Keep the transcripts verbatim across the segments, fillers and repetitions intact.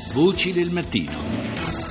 Voci del mattino.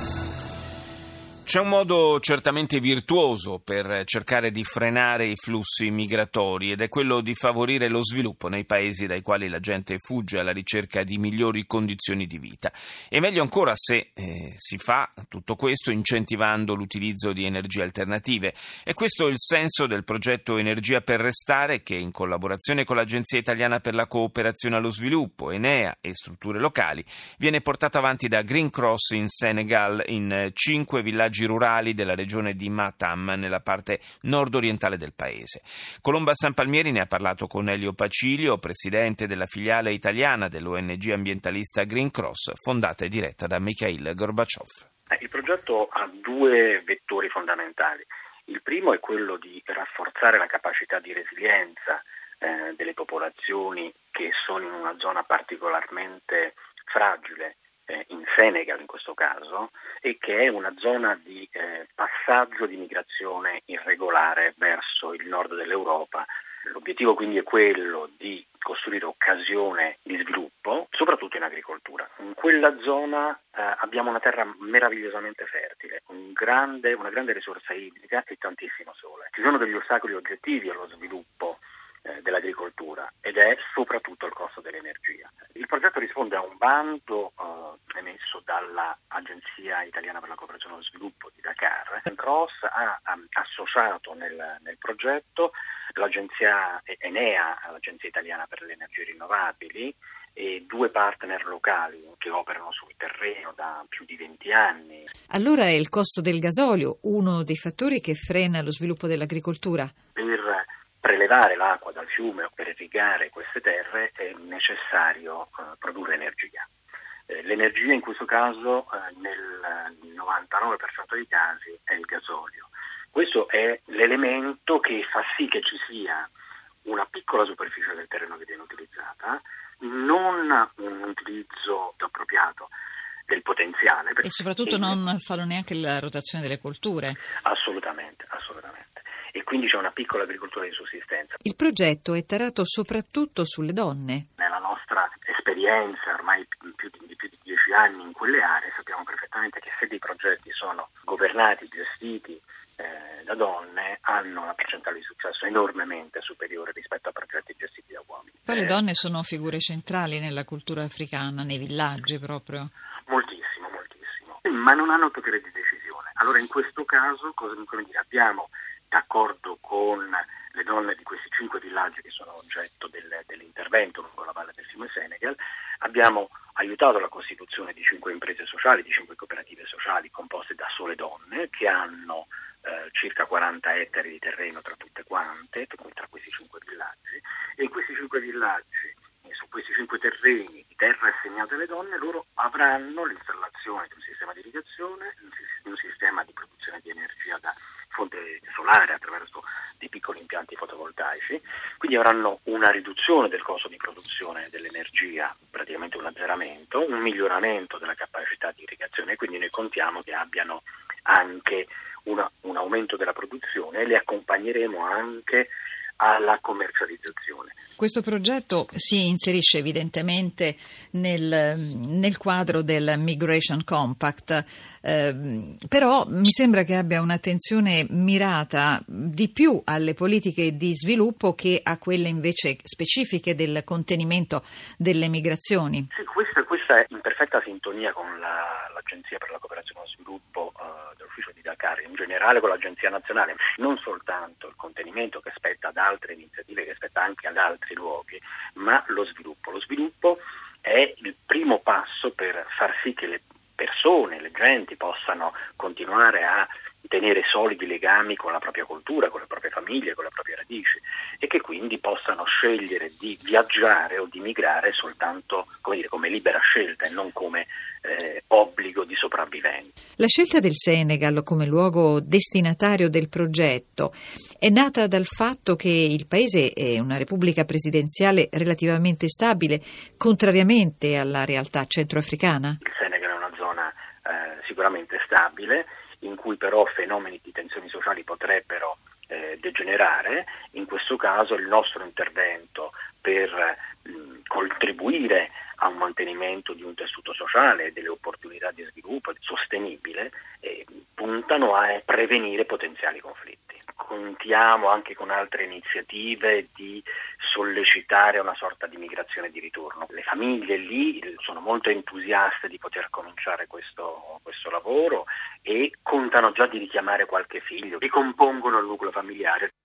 C'è un modo certamente virtuoso per cercare di frenare i flussi migratori ed è quello di favorire lo sviluppo nei paesi dai quali la gente fugge alla ricerca di migliori condizioni di vita. E meglio ancora se eh, si fa tutto questo incentivando l'utilizzo di energie alternative. E questo è il senso del progetto Energia per Restare che in collaborazione con l'Agenzia Italiana per la Cooperazione allo Sviluppo, Enea e strutture locali viene portato avanti da Green Cross in Senegal in cinque villaggi rurali della regione di Matam, nella parte nord-orientale del paese. Colomba San Palmieri ne ha parlato con Elio Pacilio, presidente della filiale italiana dell'O N G ambientalista Green Cross, fondata e diretta da Mikhail Gorbachev. Il progetto ha due vettori fondamentali. Il primo è quello di rafforzare la capacità di resilienza eh, delle popolazioni che sono in una zona particolarmente fragile, in Senegal in questo caso, e che è una zona di eh, passaggio di migrazione irregolare verso il nord dell'Europa. L'obiettivo quindi è quello di costruire occasione di sviluppo, soprattutto in agricoltura. In quella zona eh, abbiamo una terra meravigliosamente fertile, un grande, una grande risorsa idrica e tantissimo sole. Ci sono degli ostacoli oggettivi allo sviluppo eh, dell'agricoltura ed è soprattutto il costo dell'energia. Il progetto risponde a un bando eh, emesso dall'Agenzia Italiana per la Cooperazione allo Sviluppo di Dakar. Cross ha, ha associato nel, nel progetto l'Agenzia Enea, l'Agenzia Italiana per le Energie Rinnovabili, e due partner locali che operano sul terreno da più di venti anni. Allora è il costo del gasolio uno dei fattori che frena lo sviluppo dell'agricoltura? Per prelevare l'acqua dal fiume o per irrigare queste terre è necessario uh, produrre energia. Eh, l'energia in questo caso uh, nel novantanove per cento dei casi è il gasolio. Questo è l'elemento che fa sì che ci sia una piccola superficie del terreno che viene utilizzata, non un utilizzo appropriato del potenziale. E soprattutto e non fanno neanche la rotazione delle colture. Assolutamente, assolutamente. E quindi c'è una piccola agricoltura di sussistenza. Il progetto è tarato soprattutto sulle donne. Nella nostra esperienza, ormai più di, di più di dieci anni in quelle aree, sappiamo perfettamente che se dei progetti sono governati, gestiti eh, da donne, hanno una percentuale di successo enormemente superiore rispetto a progetti gestiti da uomini. Poi eh, le donne sono figure centrali nella cultura africana, nei villaggi proprio. Moltissimo, moltissimo. Ma non hanno potere di decisione. Allora in questo caso, cosa, come dire, abbiamo d'accordo con le donne di questi cinque villaggi che sono oggetto del, dell'intervento lungo la valle del fiume Senegal, abbiamo aiutato la costituzione di cinque imprese sociali, di cinque cooperative sociali composte da sole donne che hanno eh, circa quaranta ettari di terreno tra tutte quante, tra questi cinque villaggi, e in questi cinque villaggi, su questi cinque terreni di terra assegnate alle donne, loro avranno l'installazione di un sistema di irrigazione, un sistema di produzione di energia da fonte solare attraverso dei piccoli impianti fotovoltaici, quindi avranno una riduzione del costo di produzione dell'energia, praticamente un azzeramento, un miglioramento della capacità di irrigazione, quindi noi contiamo che abbiano anche una, un aumento della produzione e le accompagneremo anche alla commercializzazione. Questo progetto si inserisce evidentemente nel, nel quadro del Migration Compact, eh, però mi sembra che abbia un'attenzione mirata di più alle politiche di sviluppo che a quelle invece specifiche del contenimento delle migrazioni. Sì, questa, questa è in perfetta sintonia con la, l'Agenzia per la Cooperazione allo Sviluppo uh, dell'Ufficio di Dakar, in generale con l'Agenzia Nazionale, non soltanto il contenimento che spetta ad altre iniziative, che spetta anche ad altri luoghi, ma lo sviluppo. Lo sviluppo è il primo passo per far sì che le persone, le genti possano continuare a tenere solidi legami con la propria cultura, con le proprie famiglie, con le proprie radici, e che quindi possano scegliere di viaggiare o di migrare soltanto, come dire, come libera scelta e non come eh, obbligo di sopravvivenza. La scelta del Senegal come luogo destinatario del progetto è nata dal fatto che il paese è una repubblica presidenziale relativamente stabile, contrariamente alla realtà centroafricana. Il Senegal è una zona eh, sicuramente stabile, in cui però fenomeni di tensioni sociali potrebbero eh, degenerare. In questo caso il nostro intervento per mh, contribuire a un mantenimento di un tessuto sociale e delle opportunità capacità di sviluppo sostenibile, eh, puntano a prevenire potenziali conflitti. Contiamo anche con altre iniziative di sollecitare una sorta di migrazione di ritorno. Le famiglie lì sono molto entusiaste di poter cominciare questo, questo lavoro e contano già di richiamare qualche figlio, ricompongono il nucleo familiare.